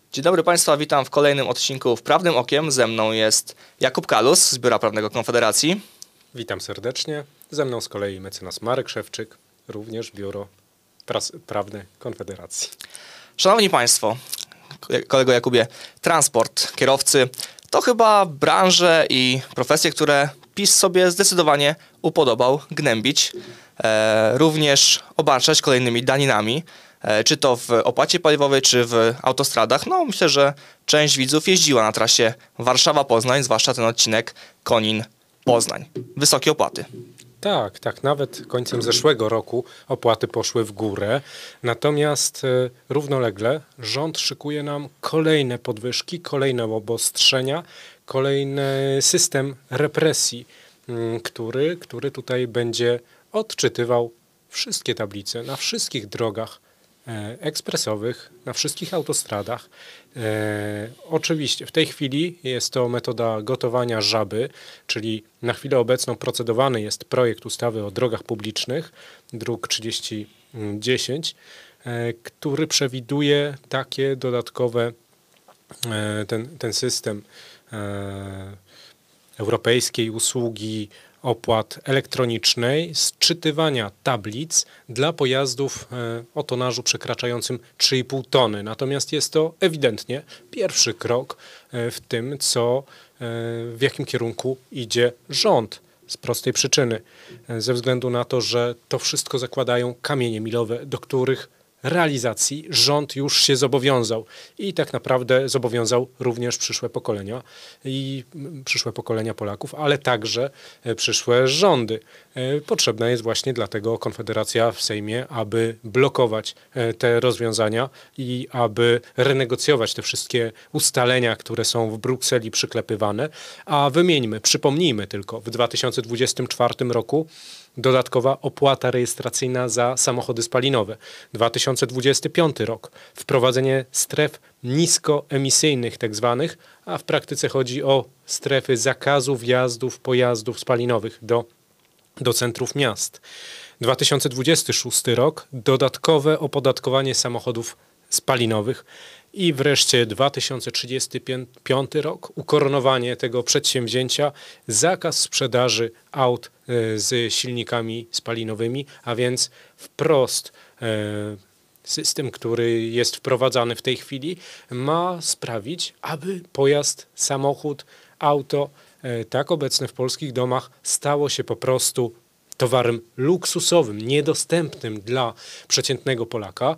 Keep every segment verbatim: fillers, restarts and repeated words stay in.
Dzień dobry Państwa, witam w kolejnym odcinku Wprawnym Okiem. Ze mną jest Jakub Kalus z Biura Prawnego Konfederacji. Witam serdecznie. Ze mną z kolei mecenas Marek Szewczyk, również Biuro Prawne Konfederacji. Szanowni Państwo, kolego Jakubie, transport, kierowcy to chyba branże i profesje, które PiS sobie zdecydowanie upodobał gnębić, e, również obarczać kolejnymi daninami. Czy to w opłacie paliwowej, czy w autostradach. No myślę, że część widzów jeździła na trasie Warszawa-Poznań, zwłaszcza ten odcinek Konin-Poznań. Wysokie opłaty. Tak, tak. Nawet końcem zeszłego roku opłaty poszły w górę. Natomiast e, równolegle rząd szykuje nam kolejne podwyżki, kolejne obostrzenia, kolejny system represji, m, który, który tutaj będzie odczytywał wszystkie tablice na wszystkich drogach ekspresowych, na wszystkich autostradach. E, oczywiście w tej chwili jest to metoda gotowania żaby, czyli na chwilę obecną procedowany jest projekt ustawy o drogach publicznych, druk trzydzieści dziesięć, e, który przewiduje takie dodatkowe, e, ten, ten system e, europejskiej usługi opłat elektronicznej, sczytywania tablic dla pojazdów e, o tonażu przekraczającym trzy i pół tony. Natomiast jest to ewidentnie pierwszy krok e, w tym, co, e, w jakim kierunku idzie rząd. Z prostej przyczyny, e, ze względu na to, że to wszystko zakładają kamienie milowe, do których realizacji rząd już się zobowiązał i tak naprawdę zobowiązał również przyszłe pokolenia i przyszłe pokolenia Polaków, ale także przyszłe rządy. Potrzebna jest właśnie dlatego Konfederacja w Sejmie, aby blokować te rozwiązania i aby renegocjować te wszystkie ustalenia, które są w Brukseli przyklepywane, a wymieńmy, przypomnijmy tylko, w dwa tysiące dwudziestym czwartym roku dodatkowa opłata rejestracyjna za samochody spalinowe. dwa tysiące dwudziesty piąty rok. Wprowadzenie stref niskoemisyjnych tak zwanych, a w praktyce chodzi o strefy zakazu wjazdów pojazdów spalinowych do, do centrów miast. dwa tysiące dwudziesty szósty rok. Dodatkowe opodatkowanie samochodów spalinowych. I wreszcie dwa tysiące trzydziesty piąty rok, ukoronowanie tego przedsięwzięcia, zakaz sprzedaży aut z silnikami spalinowymi, a więc wprost system, który jest wprowadzany w tej chwili, ma sprawić, aby pojazd, samochód, auto, tak obecne w polskich domach, stało się po prostu towarem luksusowym, niedostępnym dla przeciętnego Polaka,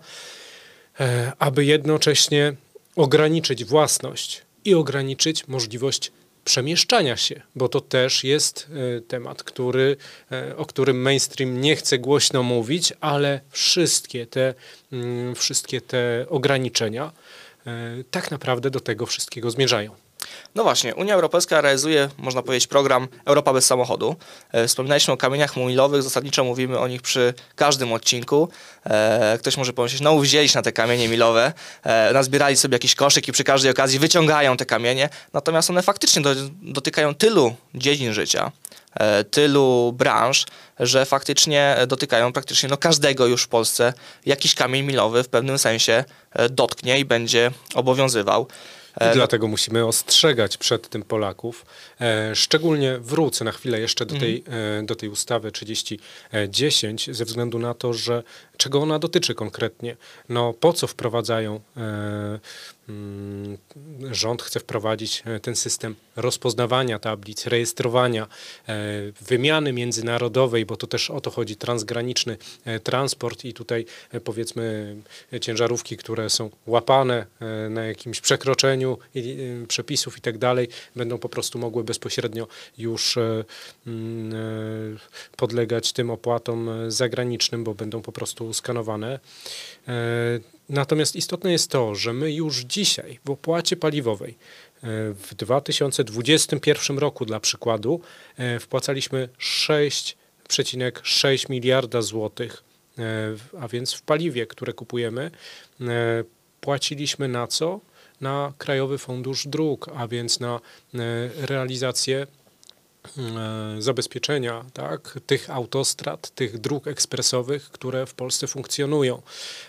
aby jednocześnie ograniczyć własność i ograniczyć możliwość przemieszczania się, bo to też jest temat, który, o którym mainstream nie chce głośno mówić, ale wszystkie te, wszystkie te ograniczenia tak naprawdę do tego wszystkiego zmierzają. No właśnie, Unia Europejska realizuje, można powiedzieć, program Europa bez samochodu. E, wspominaliśmy o kamieniach milowych, zasadniczo mówimy o nich przy każdym odcinku. E, ktoś może pomyśleć, no wzięliście na te kamienie milowe, e, nazbierali sobie jakiś koszyk i przy każdej okazji wyciągają te kamienie, natomiast one faktycznie do, dotykają tylu dziedzin życia, e, tylu branż, że faktycznie dotykają praktycznie no, każdego już w Polsce jakiś kamień milowy w pewnym sensie e, dotknie i będzie obowiązywał. I dlatego musimy ostrzegać przed tym Polaków. E, szczególnie wrócę na chwilę jeszcze do tej, e, do tej ustawy trzydzieści dziesięć ze względu na to, że czego ona dotyczy konkretnie. No po co wprowadzają, e, mm, rząd chce wprowadzić ten system rozpoznawania tablic, rejestrowania, e, wymiany międzynarodowej, bo to też o to chodzi, transgraniczny e, transport i tutaj e, powiedzmy ciężarówki, które są łapane e, na jakimś przekroczeniu i, e, przepisów i tak dalej, będą po prostu mogły bezpośrednio już e, mm, e, podlegać tym opłatom zagranicznym, bo będą po prostu skanowane. E, natomiast istotne jest to, że my już dzisiaj w opłacie paliwowej w dwa tysiące dwudziestym pierwszym roku dla przykładu wpłacaliśmy sześć przecinek sześć miliarda złotych, a więc w paliwie, które kupujemy, płaciliśmy na co? Na Krajowy Fundusz Dróg, a więc na realizację zabezpieczenia, tak, tych autostrad, tych dróg ekspresowych, które w Polsce funkcjonują.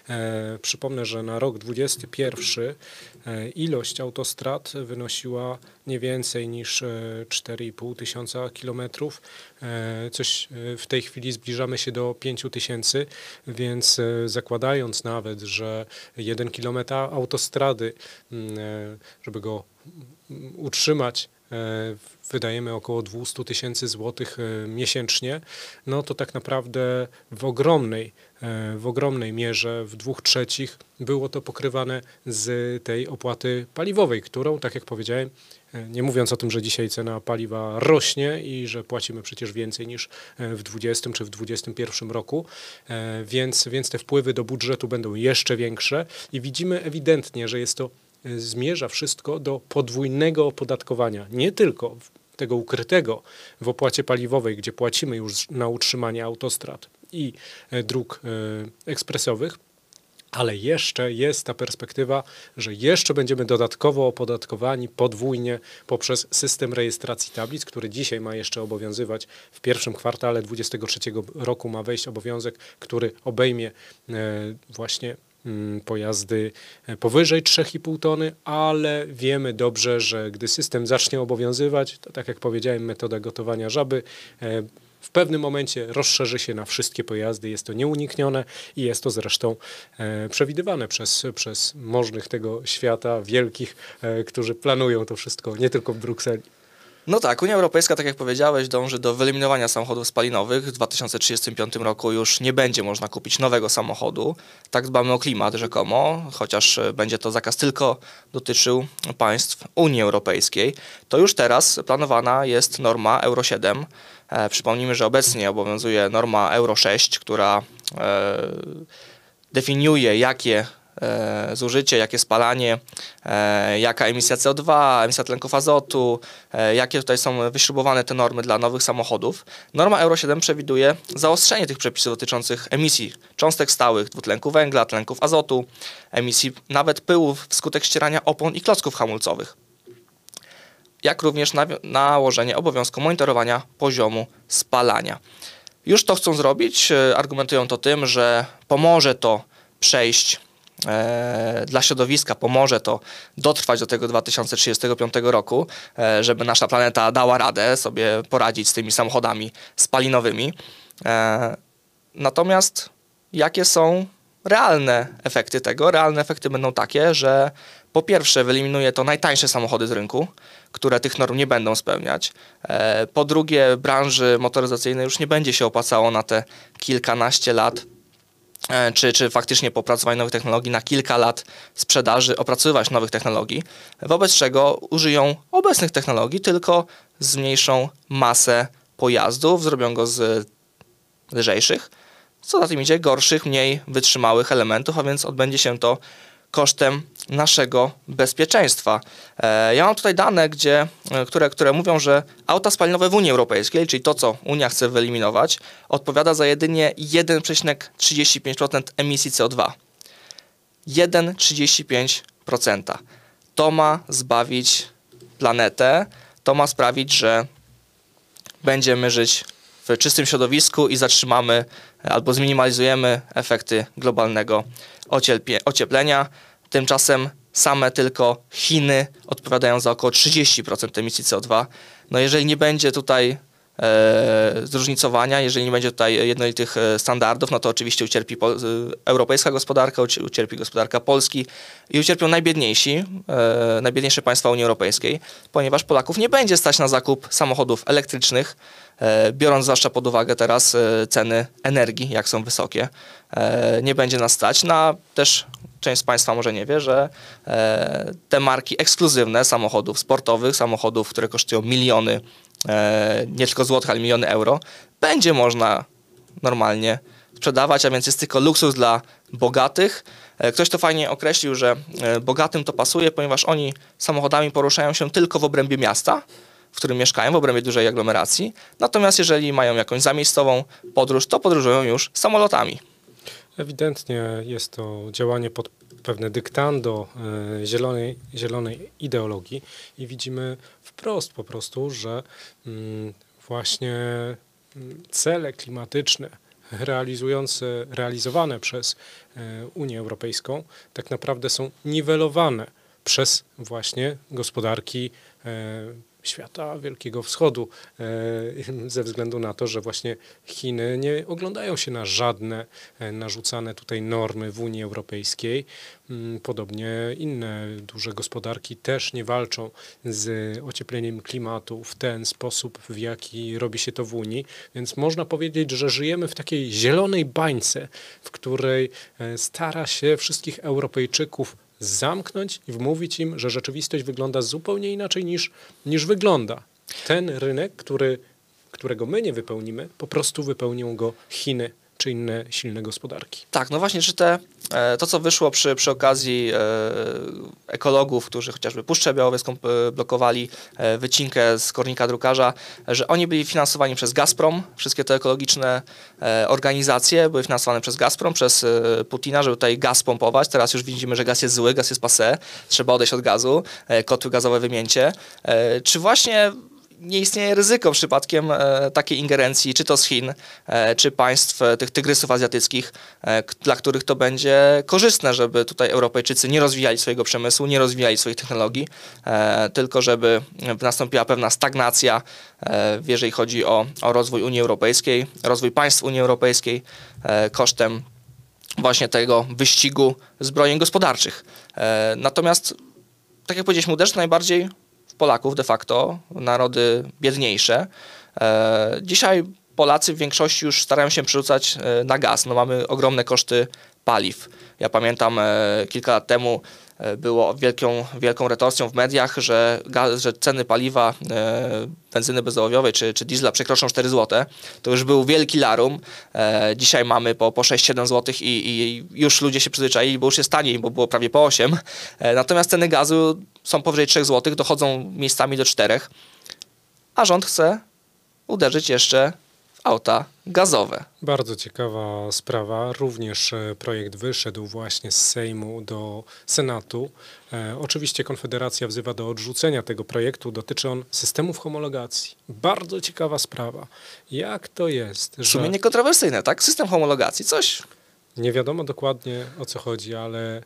E, przypomnę, że na rok dwudziesty pierwszy e, ilość autostrad wynosiła nie więcej niż e, cztery i pół tysiąca kilometrów. E, coś e, w tej chwili zbliżamy się do pięciu tysięcy, więc e, zakładając nawet, że jeden kilometr autostrady, m, e, żeby go m, utrzymać, wydajemy około dwieście tysięcy złotych miesięcznie, no to tak naprawdę w ogromnej, w ogromnej mierze, w dwóch trzecich było to pokrywane z tej opłaty paliwowej, którą, tak jak powiedziałem, nie mówiąc o tym, że dzisiaj cena paliwa rośnie i że płacimy przecież więcej niż w dwudziestym czy w dwudziestym pierwszym roku, więc, więc te wpływy do budżetu będą jeszcze większe i widzimy ewidentnie, że jest to zmierza wszystko do podwójnego opodatkowania, nie tylko tego ukrytego w opłacie paliwowej, gdzie płacimy już na utrzymanie autostrad i dróg ekspresowych, ale jeszcze jest ta perspektywa, że jeszcze będziemy dodatkowo opodatkowani podwójnie poprzez system rejestracji tablic, który dzisiaj ma jeszcze obowiązywać w pierwszym kwartale dwudziestego trzeciego roku ma wejść obowiązek, który obejmie właśnie pojazdy powyżej trzy i pół tony, ale wiemy dobrze, że gdy system zacznie obowiązywać, to tak jak powiedziałem, metoda gotowania żaby w pewnym momencie rozszerzy się na wszystkie pojazdy. Jest to nieuniknione i jest to zresztą przewidywane przez, przez możnych tego świata, wielkich, którzy planują to wszystko, nie tylko w Brukseli. No tak, Unia Europejska, tak jak powiedziałeś, dąży do wyeliminowania samochodów spalinowych. W dwa tysiące trzydziestym piątym roku już nie będzie można kupić nowego samochodu. Tak dbamy o klimat rzekomo, chociaż będzie to zakaz tylko dotyczył państw Unii Europejskiej. To już teraz planowana jest norma Euro siedem. E, przypomnijmy, że obecnie obowiązuje norma Euro sześć, która e, definiuje, jakie E, zużycie, jakie spalanie, e, jaka emisja C O dwa, emisja tlenków azotu, e, jakie tutaj są wyśrubowane te normy dla nowych samochodów. Norma Euro siedem przewiduje zaostrzenie tych przepisów dotyczących emisji cząstek stałych, dwutlenku węgla, tlenków azotu, emisji nawet pyłów wskutek ścierania opon i klocków hamulcowych, jak również nałożenie obowiązku monitorowania poziomu spalania. Już to chcą zrobić, argumentują to tym, że pomoże to przejść E, dla środowiska, pomoże to dotrwać do tego dwa tysiące trzydziestego piątego roku, e, żeby nasza planeta dała radę sobie poradzić z tymi samochodami spalinowymi. E, natomiast jakie są realne efekty tego? Realne efekty będą takie, że po pierwsze wyeliminuje to najtańsze samochody z rynku, które tych norm nie będą spełniać. E, po drugie, branży motoryzacyjnej już nie będzie się opłacało na te kilkanaście lat Czy, czy faktycznie po opracowaniu nowych technologii na kilka lat sprzedaży opracowywać nowych technologii, wobec czego użyją obecnych technologii, tylko zmniejszą masę pojazdów, zrobią go z lżejszych, co za tym idzie gorszych, mniej wytrzymałych elementów, a więc odbędzie się to kosztem naszego bezpieczeństwa. E, ja mam tutaj dane, gdzie, które, które mówią, że auta spalinowe w Unii Europejskiej, czyli to, co Unia chce wyeliminować, odpowiada za jedynie jeden przecinek trzydzieści pięć procent emisji C O dwa. jeden przecinek trzydzieści pięć procent. To ma zbawić planetę, to ma sprawić, że będziemy żyć w czystym środowisku i zatrzymamy albo zminimalizujemy efekty globalnego ocieplenia. Tymczasem same tylko Chiny odpowiadają za około trzydzieści procent emisji C O dwa. No jeżeli nie będzie tutaj e, zróżnicowania, jeżeli nie będzie tutaj jednolitych standardów, no to oczywiście ucierpi pol- europejska gospodarka, ucierpi gospodarka Polski i ucierpią najbiedniejsi, e, najbiedniejsze państwa Unii Europejskiej, ponieważ Polaków nie będzie stać na zakup samochodów elektrycznych, e, biorąc zwłaszcza pod uwagę teraz e, ceny energii, jak są wysokie. E, nie będzie nas stać na też część z Państwa może nie wie, że e, te marki ekskluzywne samochodów sportowych, samochodów, które kosztują miliony, e, nie tylko złotych, ale miliony euro, będzie można normalnie sprzedawać, a więc jest tylko luksus dla bogatych. E, ktoś to fajnie określił, że e, bogatym to pasuje, ponieważ oni samochodami poruszają się tylko w obrębie miasta, w którym mieszkają, w obrębie dużej aglomeracji. Natomiast jeżeli mają jakąś zamiejscową podróż, to podróżują już samolotami. Ewidentnie jest to działanie pod pewne dyktando e, zielonej, zielonej ideologii i widzimy wprost po prostu, że mm, właśnie cele klimatyczne realizujące, realizowane przez Unię Europejską tak naprawdę są niwelowane przez właśnie gospodarki świata Wielkiego Wschodu, ze względu na to, że właśnie Chiny nie oglądają się na żadne narzucane tutaj normy w Unii Europejskiej. Podobnie inne duże gospodarki też nie walczą z ociepleniem klimatu w ten sposób, w jaki robi się to w Unii. Więc można powiedzieć, że żyjemy w takiej zielonej bańce, w której stara się wszystkich Europejczyków zamknąć i wmówić im, że rzeczywistość wygląda zupełnie inaczej niż, niż wygląda. Ten rynek, który, którego my nie wypełnimy, po prostu wypełnią go Chiny czy inne silne gospodarki. Tak, no właśnie, czy te, to, co wyszło przy, przy okazji e, ekologów, którzy chociażby Puszczę Białowieską blokowali, e, wycinkę z kornika drukarza, że oni byli finansowani przez Gazprom, wszystkie te ekologiczne e, organizacje były finansowane przez Gazprom, przez e, Putina, żeby tutaj gaz pompować. Teraz już widzimy, że gaz jest zły, gaz jest passé, trzeba odejść od gazu, e, kotły gazowe wymieńcie. E, czy właśnie nie istnieje ryzyko przypadkiem e, takiej ingerencji, czy to z Chin, e, czy państw e, tych tygrysów azjatyckich, e, k- dla których to będzie korzystne, żeby tutaj Europejczycy nie rozwijali swojego przemysłu, nie rozwijali swoich technologii, e, tylko żeby nastąpiła pewna stagnacja, e, jeżeli chodzi o, o rozwój Unii Europejskiej, rozwój państw Unii Europejskiej e, kosztem właśnie tego wyścigu zbrojeń gospodarczych. E, natomiast, tak jak powiedzieliśmy, uderzy najbardziej Polaków de facto, narody biedniejsze. E, dzisiaj Polacy w większości już starają się przerzucać e, na gaz. No, mamy ogromne koszty paliw. Ja pamiętam e, kilka lat temu e, było wielką, wielką retorsją w mediach, że, gaz, że ceny paliwa, e, benzyny bezołowiowej czy, czy diesla przekroczą cztery złote. To już był wielki larum. E, dzisiaj mamy po, po sześć siedem złotych i, i już ludzie się przyzwyczaili, bo już jest taniej, bo było prawie po osiem. E, natomiast ceny gazu są powyżej trzech złotych, dochodzą miejscami do czterech, a rząd chce uderzyć jeszcze w auta gazowe. Bardzo ciekawa sprawa. Również e, projekt wyszedł właśnie z Sejmu do Senatu. E, oczywiście Konfederacja wzywa do odrzucenia tego projektu. Dotyczy on systemów homologacji. Bardzo ciekawa sprawa. Jak to jest, W sumie że niekontrowersyjne, tak? System homologacji, coś. nie wiadomo dokładnie o co chodzi, ale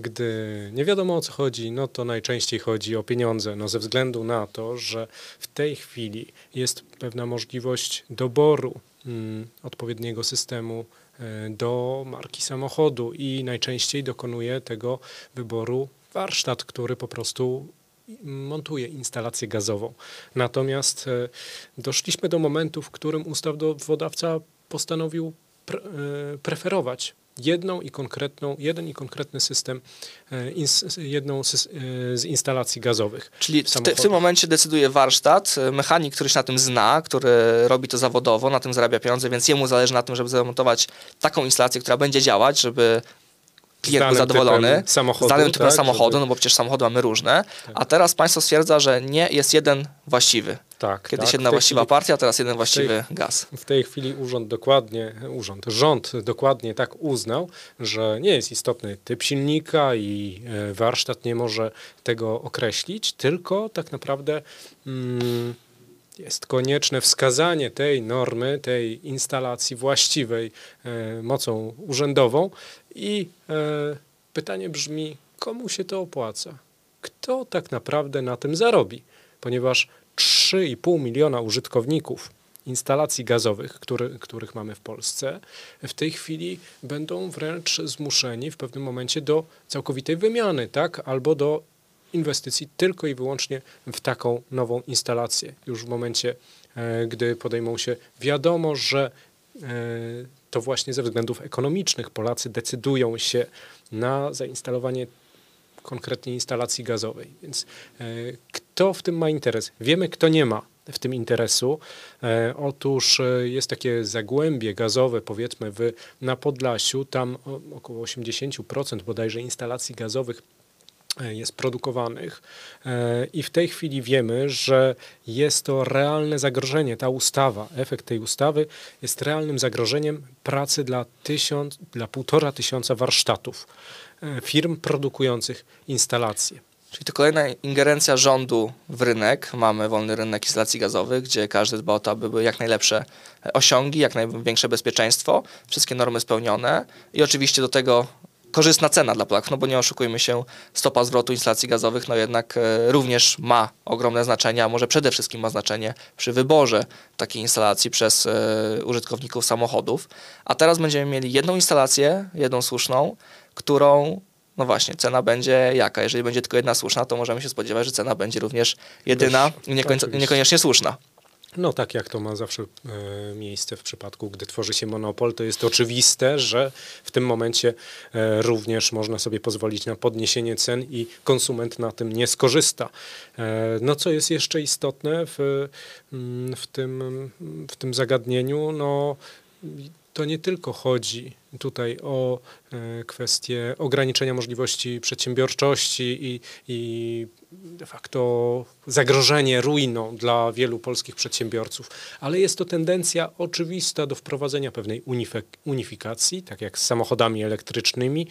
gdy nie wiadomo o co chodzi, no to najczęściej chodzi o pieniądze. No ze względu na to, że w tej chwili jest pewna możliwość doboru mm, odpowiedniego systemu y, do marki samochodu i najczęściej dokonuje tego wyboru warsztat, który po prostu montuje instalację gazową. Natomiast y, doszliśmy do momentu, w którym ustawodawca postanowił pre, y, preferować jedną i konkretną, jeden i konkretny system, ins, jedną z, z instalacji gazowych. Czyli w, te, w tym momencie decyduje warsztat, mechanik, który się na tym zna, który robi to zawodowo, na tym zarabia pieniądze, więc jemu zależy na tym, żeby zamontować taką instalację, która będzie działać, żeby klient był zadowolony samochodu, z danym typem tak, samochodu, żeby... no bo przecież samochody mamy różne, tak. A teraz państwo stwierdza, że nie jest jeden właściwy. Tak, Kiedyś tak. jedna właściwa chwili, partia, teraz jeden właściwy tej, gaz. W tej chwili urząd dokładnie, urząd, rząd dokładnie tak uznał, że nie jest istotny typ silnika i e, warsztat nie może tego określić, tylko tak naprawdę mm, jest konieczne wskazanie tej normy, tej instalacji właściwej e, mocą urzędową i e, pytanie brzmi, komu się to opłaca? Kto tak naprawdę na tym zarobi? Ponieważ trzy i pół miliona użytkowników instalacji gazowych, który, których mamy w Polsce, w tej chwili będą wręcz zmuszeni w pewnym momencie do całkowitej wymiany, tak? Albo do inwestycji tylko i wyłącznie w taką nową instalację. Już w momencie, e, gdy podejmą się, wiadomo, że e, to właśnie ze względów ekonomicznych Polacy decydują się na zainstalowanie konkretnej instalacji gazowej. Więc e, kto w tym ma interes? Wiemy, kto nie ma w tym interesu. E, otóż e, jest takie zagłębie gazowe, powiedzmy w, na Podlasiu, tam o, około osiemdziesiąt procent bodajże instalacji gazowych jest produkowanych i w tej chwili wiemy, że jest to realne zagrożenie, ta ustawa, efekt tej ustawy jest realnym zagrożeniem pracy dla tysiąc, dla półtora tysiąca warsztatów, firm produkujących instalacje. Czyli to kolejna ingerencja rządu w rynek. Mamy wolny rynek instalacji gazowych, gdzie każdy dba o to, aby były jak najlepsze osiągi, jak największe bezpieczeństwo, wszystkie normy spełnione i oczywiście do tego korzystna cena dla Polaków, no bo nie oszukujmy się, stopa zwrotu instalacji gazowych no jednak e, również ma ogromne znaczenie, a może przede wszystkim ma znaczenie przy wyborze takiej instalacji przez e, użytkowników samochodów. A teraz będziemy mieli jedną instalację, jedną słuszną, którą no właśnie, cena będzie jaka? Jeżeli będzie tylko jedna słuszna, to możemy się spodziewać, że cena będzie również jedyna Też, i niekoniecznie, niekoniecznie słuszna. No tak jak to ma zawsze e, miejsce w przypadku, gdy tworzy się monopol, to jest oczywiste, że w tym momencie e, również można sobie pozwolić na podniesienie cen i konsument na tym nie skorzysta. E, no co jest jeszcze istotne w, w, tym, w tym zagadnieniu, no to nie tylko chodzi tutaj o e, kwestię ograniczenia możliwości przedsiębiorczości i, i de facto zagrożenie ruiną dla wielu polskich przedsiębiorców, ale jest to tendencja oczywista do wprowadzenia pewnej unifikacji, tak jak z samochodami elektrycznymi.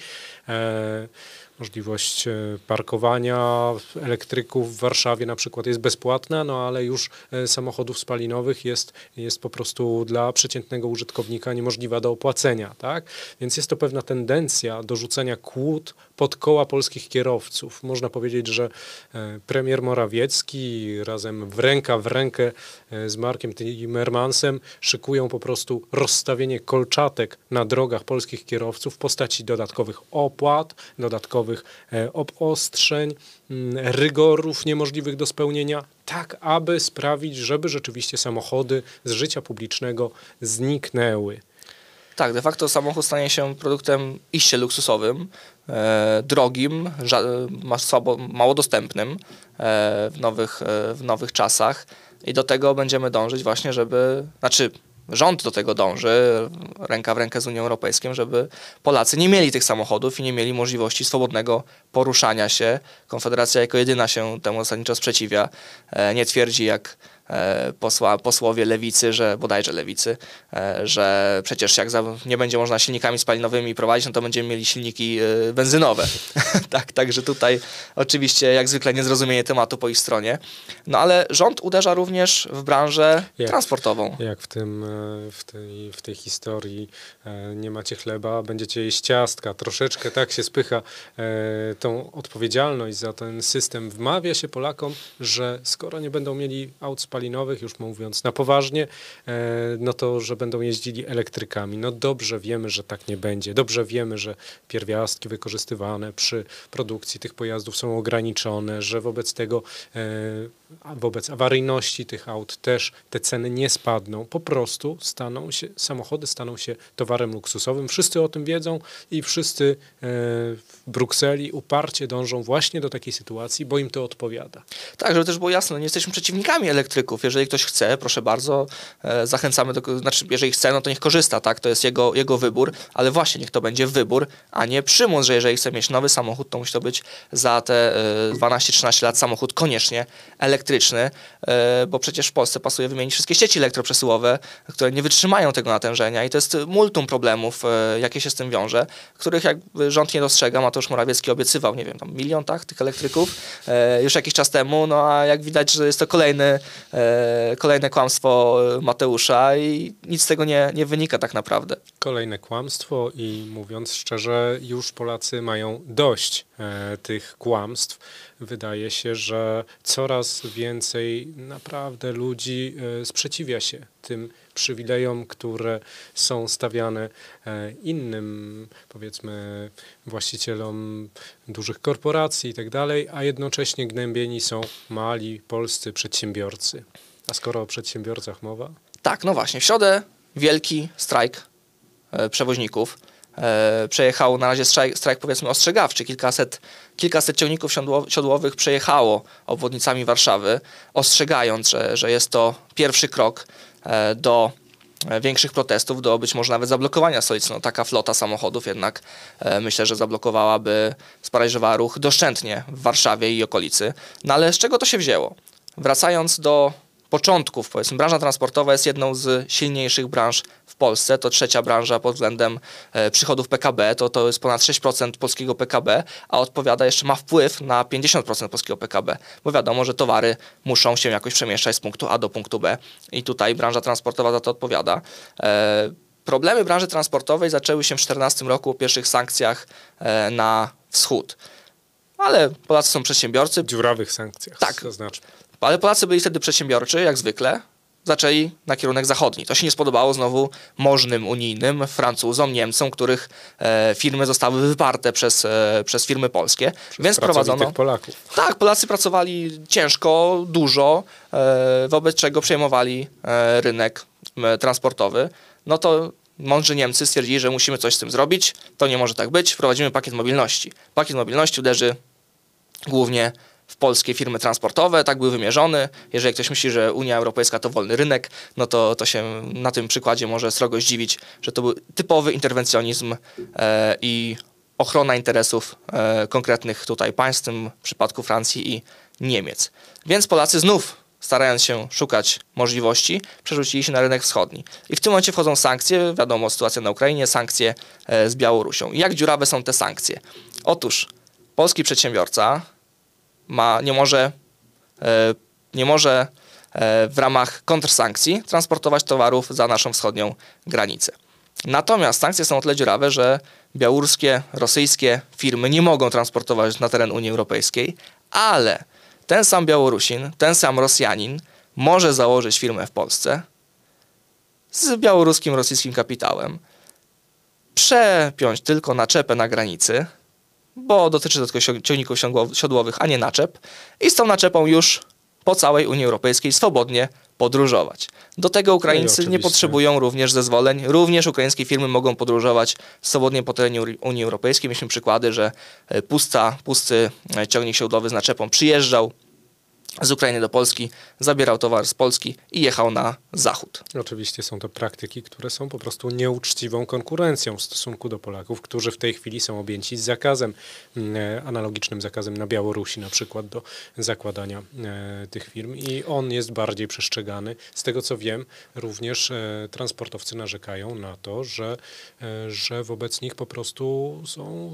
E, Możliwość parkowania elektryków w Warszawie na przykład jest bezpłatna, no ale już samochodów spalinowych jest, jest po prostu dla przeciętnego użytkownika niemożliwa do opłacenia, tak? Więc jest to pewna tendencja do rzucenia kłód pod koła polskich kierowców. Można powiedzieć, że premier Morawiecki razem w ręka w rękę z Markiem Timmermansem szykują po prostu rozstawienie kolczatek na drogach polskich kierowców w postaci dodatkowych opłat, dodatkowych obostrzeń, rygorów niemożliwych do spełnienia, tak aby sprawić, żeby rzeczywiście samochody z życia publicznego zniknęły. Tak, de facto samochód stanie się produktem iście luksusowym, e, drogim, ża- słabo, mało dostępnym e, w, nowych, e, w nowych czasach i do tego będziemy dążyć właśnie, żeby, znaczy rząd do tego dąży, ręka w rękę z Unią Europejską, żeby Polacy nie mieli tych samochodów i nie mieli możliwości swobodnego poruszania się. Konfederacja jako jedyna się temu zasadniczo sprzeciwia. E, nie twierdzi jak e, posła, posłowie lewicy, że bodajże lewicy, e, że przecież jak za, nie będzie można silnikami spalinowymi prowadzić, no to będziemy mieli silniki e, benzynowe. tak, także tutaj oczywiście jak zwykle niezrozumienie tematu po ich stronie. No ale rząd uderza również w branżę jak, transportową. Jak w tym, w tej, w tej historii nie macie chleba, będziecie jeść ciastka. Troszeczkę tak się spycha e, tą odpowiedzialność za ten system. Wmawia się Polakom, że skoro nie będą mieli aut spalinowych, już mówiąc na poważnie, e, no to, że będą jeździli elektrykami. No dobrze wiemy, że tak nie będzie. Dobrze wiemy, że pierwiastki wykorzystywane przy produkcji tych pojazdów są ograniczone, że wobec tego, e, wobec awaryjności tych aut też te ceny nie spadną. Po prostu staną się, samochody staną się towarem luksusowym. Wszyscy o tym wiedzą i wszyscy e, w Brukseli uparcie dążą właśnie do takiej sytuacji, bo im to odpowiada. Tak, żeby też było jasne, no nie jesteśmy przeciwnikami elektryków. Jeżeli ktoś chce, proszę bardzo, e, zachęcamy do, znaczy jeżeli chce, no to niech korzysta, tak, to jest jego, jego wybór, ale właśnie niech to będzie wybór, a nie przymus, że jeżeli chce mieć nowy samochód, to musi to być za te e, dwanaście trzynaście lat samochód koniecznie elektryczny, e, bo przecież w Polsce pasuje wymienić wszystkie sieci elektroprzesyłowe, które nie wytrzymają tego natężenia i to jest multum problemów, e, jakie się z tym wiąże, których jakby rząd nie dostrzega. Mateusz Morawiecki obiecywał, nie wiem, tam milion, tak, tych elektryków e, już jakiś czas temu, no a jak widać, że jest to kolejny, e, kolejne kłamstwo Mateusza i nic z tego nie, nie wynika tak naprawdę. Kolejne kłamstwo i mówiąc szczerze, już Polacy mają dość e, tych kłamstw. Wydaje się, że coraz więcej naprawdę ludzi e, sprzeciwia się tym przywilejom, które są stawiane e, innym, powiedzmy, właścicielom dużych korporacji i tak dalej, a jednocześnie gnębieni są mali polscy przedsiębiorcy. A skoro o przedsiębiorcach mowa? Tak, no właśnie. W środę wielki strajk e, przewoźników. E, przejechało na razie strajk, strajk powiedzmy ostrzegawczy. Kilkaset, kilkaset ciągników siodło, siodłowych przejechało obwodnicami Warszawy, ostrzegając, że, że jest to pierwszy krok e, do większych protestów, do być może nawet zablokowania stolicy. No, taka flota samochodów jednak e, myślę, że zablokowałaby, sparaliżowała ruch doszczętnie w Warszawie i okolicy. No ale z czego to się wzięło? Wracając do początków, powiedzmy, branża transportowa jest jedną z silniejszych branż w Polsce. To trzecia branża pod względem e, przychodów P K B, to, to jest ponad sześć procent polskiego P K B, a odpowiada jeszcze, ma wpływ na pięćdziesiąt procent polskiego P K B, bo wiadomo, że towary muszą się jakoś przemieszczać z punktu A do punktu B i tutaj branża transportowa za to odpowiada. E, problemy branży transportowej zaczęły się w dwa tysiące czternastym roku po pierwszych sankcjach e, na wschód. Ale Polacy są przedsiębiorcy. Dziurawych sankcjach, tak. Zaznaczmy. Ale Polacy byli wtedy przedsiębiorczy, jak zwykle. Zaczęli na kierunek zachodni. To się nie spodobało znowu możnym unijnym, Francuzom, Niemcom, których e, firmy zostały wyparte przez, e, przez firmy polskie. Przez Więc prowadzono. Polaków. Tak, Polacy pracowali ciężko, dużo, e, wobec czego przejmowali e, rynek e, transportowy. No to mądrzy Niemcy stwierdzili, że musimy coś z tym zrobić. To nie może tak być. Wprowadzimy pakiet mobilności. Pakiet mobilności uderzy głównie w polskie firmy transportowe, tak był wymierzony. Jeżeli ktoś myśli, że Unia Europejska to wolny rynek, no to, to się na tym przykładzie może srogo zdziwić, że to był typowy interwencjonizm e, i ochrona interesów e, konkretnych tutaj państw, w tym przypadku Francji i Niemiec. Więc Polacy znów, starając się szukać możliwości, przerzucili się na rynek wschodni. I w tym momencie wchodzą sankcje, wiadomo, sytuacja na Ukrainie, sankcje e, z Białorusią. Jak dziurawe są te sankcje? Otóż polski przedsiębiorca ma, nie może, e, nie może e, w ramach kontrsankcji transportować towarów za naszą wschodnią granicę. Natomiast sankcje są o tyle dziurawe, że białoruskie, rosyjskie firmy nie mogą transportować na teren Unii Europejskiej, ale ten sam Białorusin, ten sam Rosjanin może założyć firmę w Polsce z białoruskim, rosyjskim kapitałem, przepiąć tylko naczepę na granicy, bo dotyczy to tylko ciągników siodłowych, a nie naczep, i z tą naczepą już po całej Unii Europejskiej swobodnie podróżować. Do tego Ukraińcy nie potrzebują również zezwoleń. Również ukraińskie firmy mogą podróżować swobodnie po terenie Unii Europejskiej. Mieliśmy przykłady, że pusta, pusty ciągnik siodłowy z naczepą przyjeżdżał z Ukrainy do Polski, zabierał towar z Polski i jechał na zachód. Oczywiście są to praktyki, które są po prostu nieuczciwą konkurencją w stosunku do Polaków, którzy w tej chwili są objęci zakazem, e, analogicznym zakazem na Białorusi na przykład do zakładania e, tych firm i on jest bardziej przestrzegany. Z tego co wiem, również e, transportowcy narzekają na to, że, e, że wobec nich po prostu są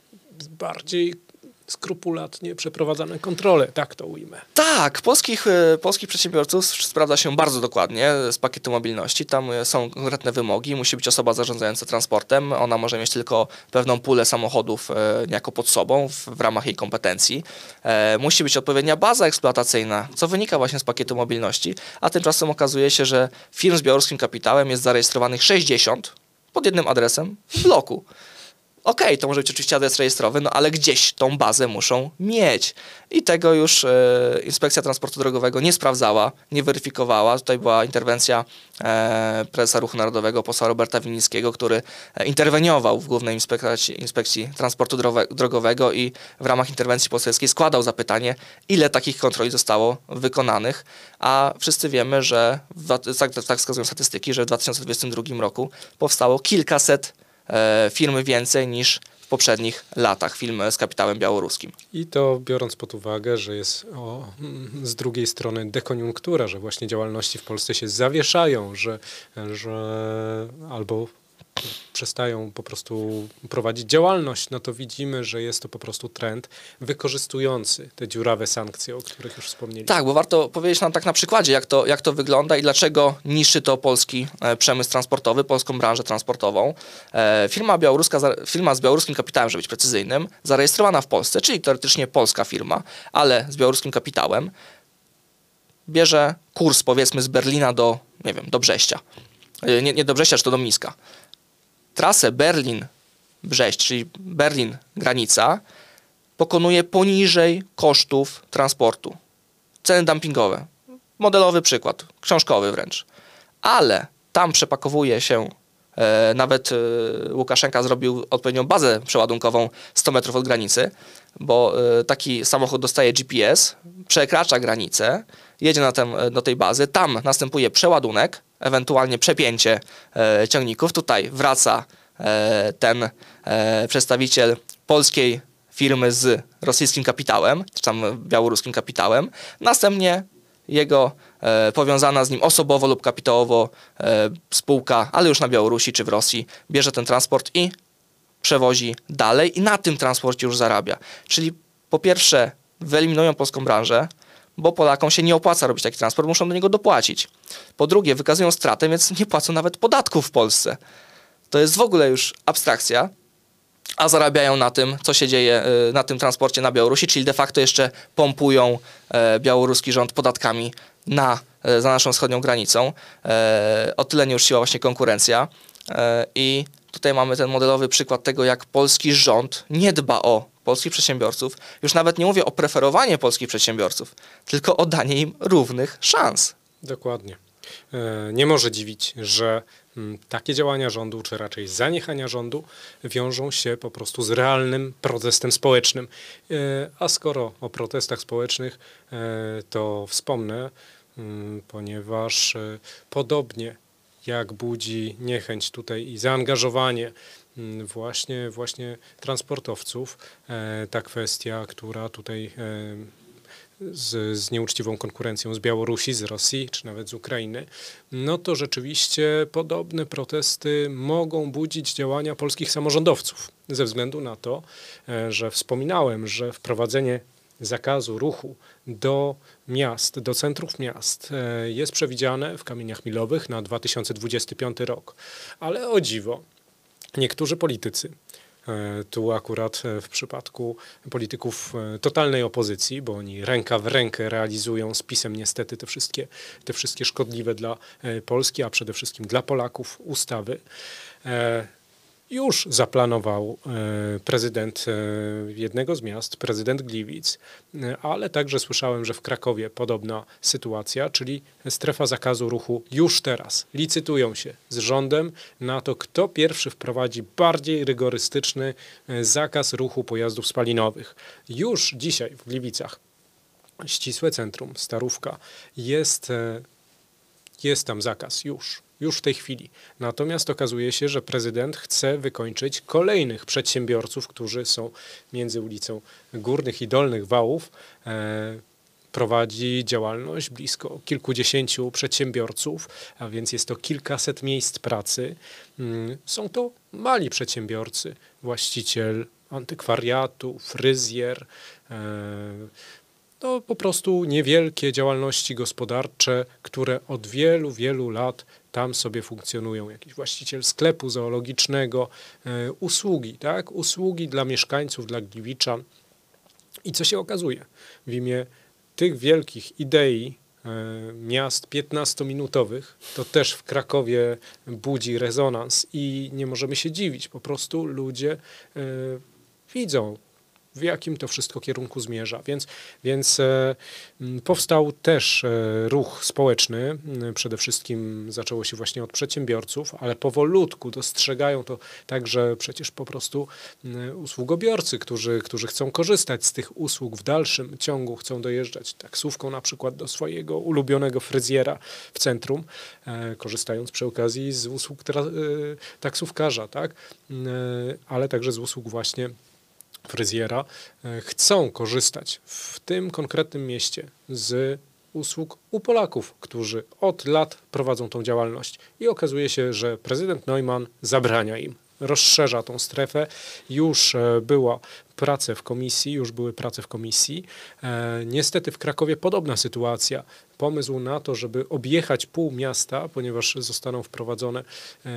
bardziej skrupulatnie przeprowadzane kontrole, tak to ujmę. Tak, polskich, polskich przedsiębiorców sprawdza się bardzo dokładnie z pakietu mobilności. Tam są konkretne wymogi. Musi być osoba zarządzająca transportem. Ona może mieć tylko pewną pulę samochodów e, niejako pod sobą w, w ramach jej kompetencji. E, musi być odpowiednia baza eksploatacyjna, co wynika właśnie z pakietu mobilności, a tymczasem okazuje się, że firm z białoruskim kapitałem jest zarejestrowanych sześćdziesiąt pod jednym adresem w bloku. Okej, okay, to może być oczywiście adres rejestrowy, no ale gdzieś tą bazę muszą mieć. I tego już e, Inspekcja Transportu Drogowego nie sprawdzała, nie weryfikowała. Tutaj była interwencja e, prezesa Ruchu Narodowego, posła Roberta Winnickiego, który e, interweniował w Głównej Inspekcji, Inspekcji Transportu Drowe, Drogowego i w ramach interwencji poselskiej składał zapytanie, ile takich kontroli zostało wykonanych. A wszyscy wiemy, że w, tak, tak wskazują statystyki, że w dwa tysiące dwudziestym drugim roku powstało kilkaset firmy więcej niż w poprzednich latach, firmy z kapitałem białoruskim. I to biorąc pod uwagę, że jest o, z drugiej strony dekoniunktura, że właśnie działalności w Polsce się zawieszają, że, że albo przestają po prostu prowadzić działalność, no to widzimy, że jest to po prostu trend wykorzystujący te dziurawe sankcje, o których już wspomnieliśmy. Tak, bo warto powiedzieć nam tak na przykładzie, jak to, jak to wygląda i dlaczego niszczy to polski e, przemysł transportowy, polską branżę transportową. E, firma białoruska, firma z białoruskim kapitałem, żeby być precyzyjnym, zarejestrowana w Polsce, czyli teoretycznie polska firma, ale z białoruskim kapitałem, bierze kurs powiedzmy z Berlina do, nie wiem, do Brześcia. E, nie, nie do Brześcia, czy to do Mińska. Trasę Berlin-Brześć, czyli Berlin-granica, pokonuje poniżej kosztów transportu. Ceny dumpingowe. Modelowy przykład, książkowy wręcz. Ale tam przepakowuje się, e, nawet e, Łukaszenka zrobił odpowiednią bazę przeładunkową sto metrów od granicy, bo e, taki samochód dostaje G P S, przekracza granicę, jedzie na tem, do tej bazy, tam następuje przeładunek, ewentualnie przepięcie e, ciągników. Tutaj wraca e, ten e, przedstawiciel polskiej firmy z rosyjskim kapitałem, czy tam białoruskim kapitałem. Następnie jego e, powiązana z nim osobowo lub kapitałowo e, spółka, ale już na Białorusi czy w Rosji, bierze ten transport i przewozi dalej i na tym transporcie już zarabia. Czyli po pierwsze wyeliminują polską branżę, bo Polakom się nie opłaca robić taki transport, muszą do niego dopłacić. Po drugie, wykazują stratę, więc nie płacą nawet podatków w Polsce. To jest w ogóle już abstrakcja, a zarabiają na tym, co się dzieje na tym transporcie na Białorusi, czyli de facto jeszcze pompują białoruski rząd podatkami na, za naszą wschodnią granicą. O tyle nie uczciwa właśnie konkurencja. I tutaj mamy ten modelowy przykład tego, jak polski rząd nie dba o polskich przedsiębiorców. Już nawet nie mówię o preferowaniu polskich przedsiębiorców, tylko o danie im równych szans. Dokładnie. Nie może dziwić, że takie działania rządu, czy raczej zaniechania rządu wiążą się po prostu z realnym protestem społecznym. A skoro o protestach społecznych, to wspomnę, ponieważ podobnie jak budzi niechęć tutaj i zaangażowanie właśnie, właśnie transportowców, ta kwestia, która tutaj Z, z nieuczciwą konkurencją z Białorusi, z Rosji, czy nawet z Ukrainy, no to rzeczywiście podobne protesty mogą budzić działania polskich samorządowców. Ze względu na to, że wspominałem, że wprowadzenie zakazu ruchu do miast, do centrów miast jest przewidziane w kamieniach milowych na dwa tysiące dwudziesty piąty rok. Ale o dziwo, niektórzy politycy, tu akurat w przypadku polityków totalnej opozycji, bo oni ręka w rękę realizują z PiS-em niestety te wszystkie, te wszystkie szkodliwe dla Polski, a przede wszystkim dla Polaków ustawy, już zaplanował prezydent jednego z miast, prezydent Gliwic, ale także słyszałem, że w Krakowie podobna sytuacja, czyli strefa zakazu ruchu już teraz. Licytują się z rządem na to, kto pierwszy wprowadzi bardziej rygorystyczny zakaz ruchu pojazdów spalinowych. Już dzisiaj w Gliwicach, ścisłe centrum, Starówka, jest, jest tam zakaz już. Już w tej chwili. Natomiast okazuje się, że prezydent chce wykończyć kolejnych przedsiębiorców, którzy są między ulicą Górnych i Dolnych Wałów. E, prowadzi działalność blisko kilkudziesięciu przedsiębiorców, a więc jest to kilkaset miejsc pracy. Mm, są to mali przedsiębiorcy, właściciel antykwariatu, fryzjer, e, to po prostu niewielkie działalności gospodarcze, które od wielu, wielu lat tam sobie funkcjonują. Jakiś właściciel sklepu zoologicznego, e, usługi, tak? Usługi dla mieszkańców, dla Gliwiczan. I co się okazuje? W imię tych wielkich idei e, miast piętnastominutowych, to też w Krakowie budzi rezonans i nie możemy się dziwić. Po prostu ludzie e, widzą, w jakim to wszystko kierunku zmierza. Więc, więc e, powstał też e, ruch społeczny. Przede wszystkim zaczęło się właśnie od przedsiębiorców, ale powolutku dostrzegają to także przecież po prostu e, usługobiorcy, którzy, którzy chcą korzystać z tych usług w dalszym ciągu, chcą dojeżdżać taksówką na przykład do swojego ulubionego fryzjera w centrum, e, korzystając przy okazji z usług tra, e, taksówkarza, tak? E, ale także z usług właśnie fryzjera, chcą korzystać w tym konkretnym mieście z usług u Polaków, którzy od lat prowadzą tą działalność. I okazuje się, że prezydent Neumann zabrania im, rozszerza tą strefę. Już była prace w komisji, już były prace w komisji. Niestety w Krakowie podobna sytuacja. Pomysł na to, żeby objechać pół miasta, ponieważ zostaną wprowadzone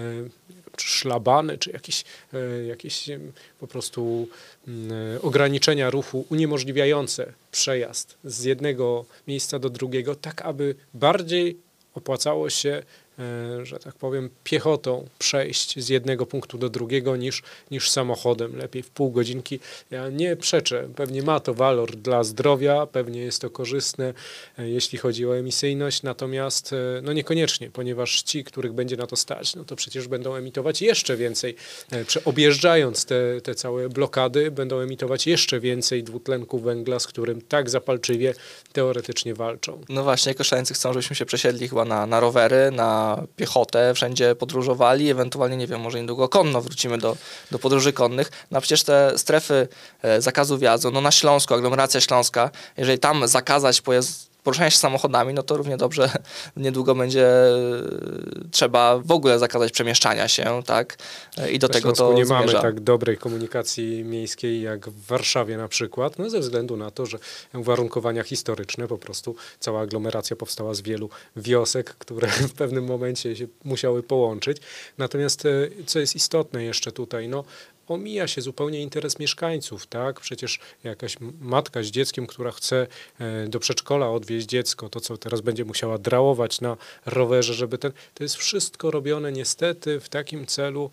czy szlabany, czy jakieś, jakieś po prostu ograniczenia ruchu uniemożliwiające przejazd z jednego miejsca do drugiego, tak aby bardziej opłacało się, że tak powiem, piechotą przejść z jednego punktu do drugiego niż, niż samochodem. Lepiej w pół godzinki. Ja nie przeczę. Pewnie ma to walor dla zdrowia, pewnie jest to korzystne, jeśli chodzi o emisyjność, natomiast no niekoniecznie, ponieważ ci, których będzie na to stać, no to przecież będą emitować jeszcze więcej. Objeżdżając te, te całe blokady, będą emitować jeszcze więcej dwutlenku węgla, z którym tak zapalczywie teoretycznie walczą. No właśnie, koszalińcy chcą, żebyśmy się przesiedli chyba na, na rowery, na piechotę, wszędzie podróżowali, ewentualnie, nie wiem, może niedługo konno wrócimy do, do podróży konnych. No a przecież te strefy e, zakazu wjazdu, no na Śląsku, aglomeracja śląska, jeżeli tam zakazać pojazd, poruszania się samochodami, no to równie dobrze niedługo będzie trzeba w ogóle zakazać przemieszczania się, tak? I do Na tego Śląsku to nie zmierza. mamy tak dobrej komunikacji miejskiej jak w Warszawie na przykład, no ze względu na to, że uwarunkowania historyczne, po prostu cała aglomeracja powstała z wielu wiosek, które w pewnym momencie się musiały połączyć. Natomiast co jest istotne jeszcze tutaj, no omija się zupełnie interes mieszkańców, tak? Przecież jakaś matka z dzieckiem, która chce do przedszkola odwieźć dziecko, to co teraz będzie musiała drałować na rowerze, żeby ten... To jest wszystko robione niestety w takim celu,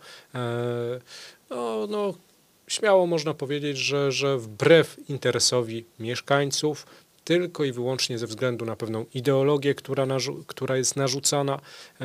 no, no śmiało można powiedzieć, że, że wbrew interesowi mieszkańców, tylko i wyłącznie ze względu na pewną ideologię, która, narzu- która jest narzucana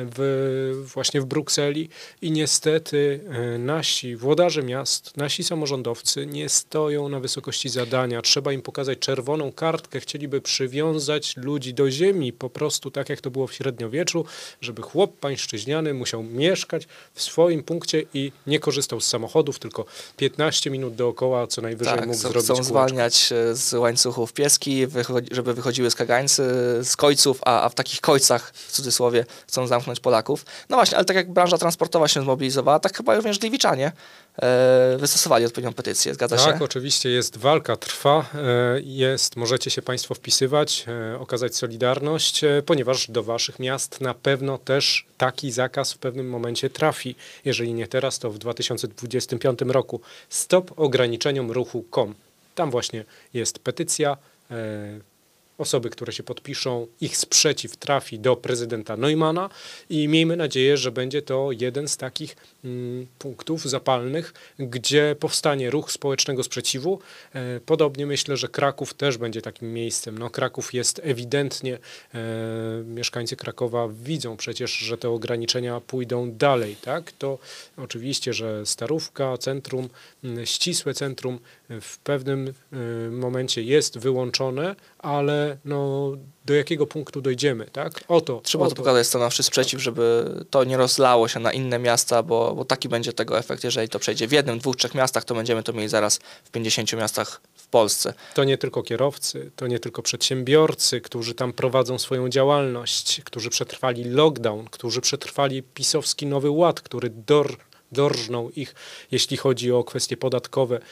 w, właśnie w Brukseli i niestety nasi włodarze miast, nasi samorządowcy nie stoją na wysokości zadania. Trzeba im pokazać czerwoną kartkę, chcieliby przywiązać ludzi do ziemi, po prostu tak jak to było w średniowieczu, żeby chłop pańszczyźniany musiał mieszkać w swoim punkcie i nie korzystał z samochodów, tylko piętnaście minut dookoła, co najwyżej tak, mógł chcą, zrobić chcą kółeczko. zwalniać z łańcuchów pieski, żeby wychodziły z kagańcy, z kojców, a, a w takich kojcach, w cudzysłowie, chcą zamknąć Polaków. No właśnie, ale tak jak branża transportowa się zmobilizowała, tak chyba również gliwiczanie e, wystosowali odpowiednią petycję, zgadza tak, się? Tak, oczywiście jest, walka trwa, e, jest, możecie się Państwo wpisywać, e, okazać solidarność, e, ponieważ do Waszych miast na pewno też taki zakaz w pewnym momencie trafi. Jeżeli nie teraz, to w dwa tysiące dwudziestym piątym roku. Stop ograniczeniom ruchu kropka com. Tam właśnie jest petycja, e, osoby, które się podpiszą, ich sprzeciw trafi do prezydenta Neumana i miejmy nadzieję, że będzie to jeden z takich mm, punktów zapalnych, gdzie powstanie ruch społecznego sprzeciwu. E, podobnie myślę, że Kraków też będzie takim miejscem. No, Kraków jest ewidentnie, e, mieszkańcy Krakowa widzą przecież, że te ograniczenia pójdą dalej, tak? To oczywiście, że Starówka, centrum, m, ścisłe centrum w pewnym y, momencie jest wyłączone, ale no, do jakiego punktu dojdziemy, tak? O to. Trzeba o tu to. pokazać stanowczy sprzeciw, żeby to nie rozlało się na inne miasta, bo, bo taki będzie tego efekt. Jeżeli to przejdzie w jednym, dwóch, trzech miastach, to będziemy to mieli zaraz w pięćdziesięciu miastach w Polsce. To nie tylko kierowcy, to nie tylko przedsiębiorcy, którzy tam prowadzą swoją działalność, którzy przetrwali lockdown, którzy przetrwali pisowski Nowy Ład, który dor dorżnął ich, jeśli chodzi o kwestie podatkowe,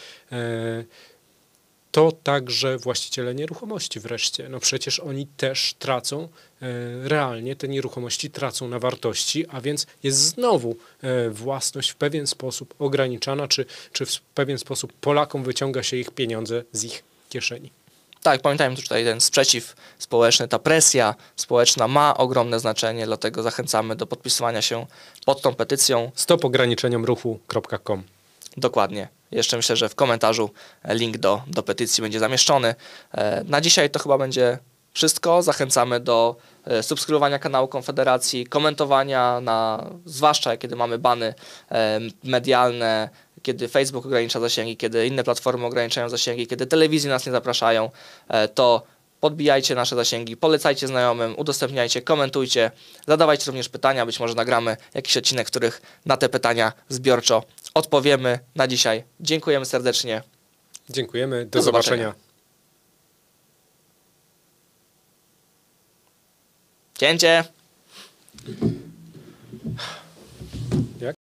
to także właściciele nieruchomości wreszcie. No przecież oni też tracą, realnie te nieruchomości tracą na wartości, a więc jest znowu własność w pewien sposób ograniczana, czy, czy w pewien sposób Polakom wyciąga się ich pieniądze z ich kieszeni. Tak, pamiętajmy tutaj ten sprzeciw społeczny, ta presja społeczna ma ogromne znaczenie, dlatego zachęcamy do podpisywania się pod tą petycją. stop ograniczeniom ruchu kropka com. Dokładnie. Jeszcze myślę, że w komentarzu link do, do petycji będzie zamieszczony. Na dzisiaj to chyba będzie wszystko. Zachęcamy do subskrybowania kanału Konfederacji, komentowania, na, zwłaszcza kiedy mamy bany medialne, kiedy Facebook ogranicza zasięgi, kiedy inne platformy ograniczają zasięgi, kiedy telewizje nas nie zapraszają, to podbijajcie nasze zasięgi, polecajcie znajomym, udostępniajcie, komentujcie, zadawajcie również pytania, być może nagramy jakiś odcinek, w których na te pytania zbiorczo odpowiemy. Na dzisiaj dziękujemy serdecznie. Dziękujemy, do, Do zobaczenia. zobaczenia. Cięcie!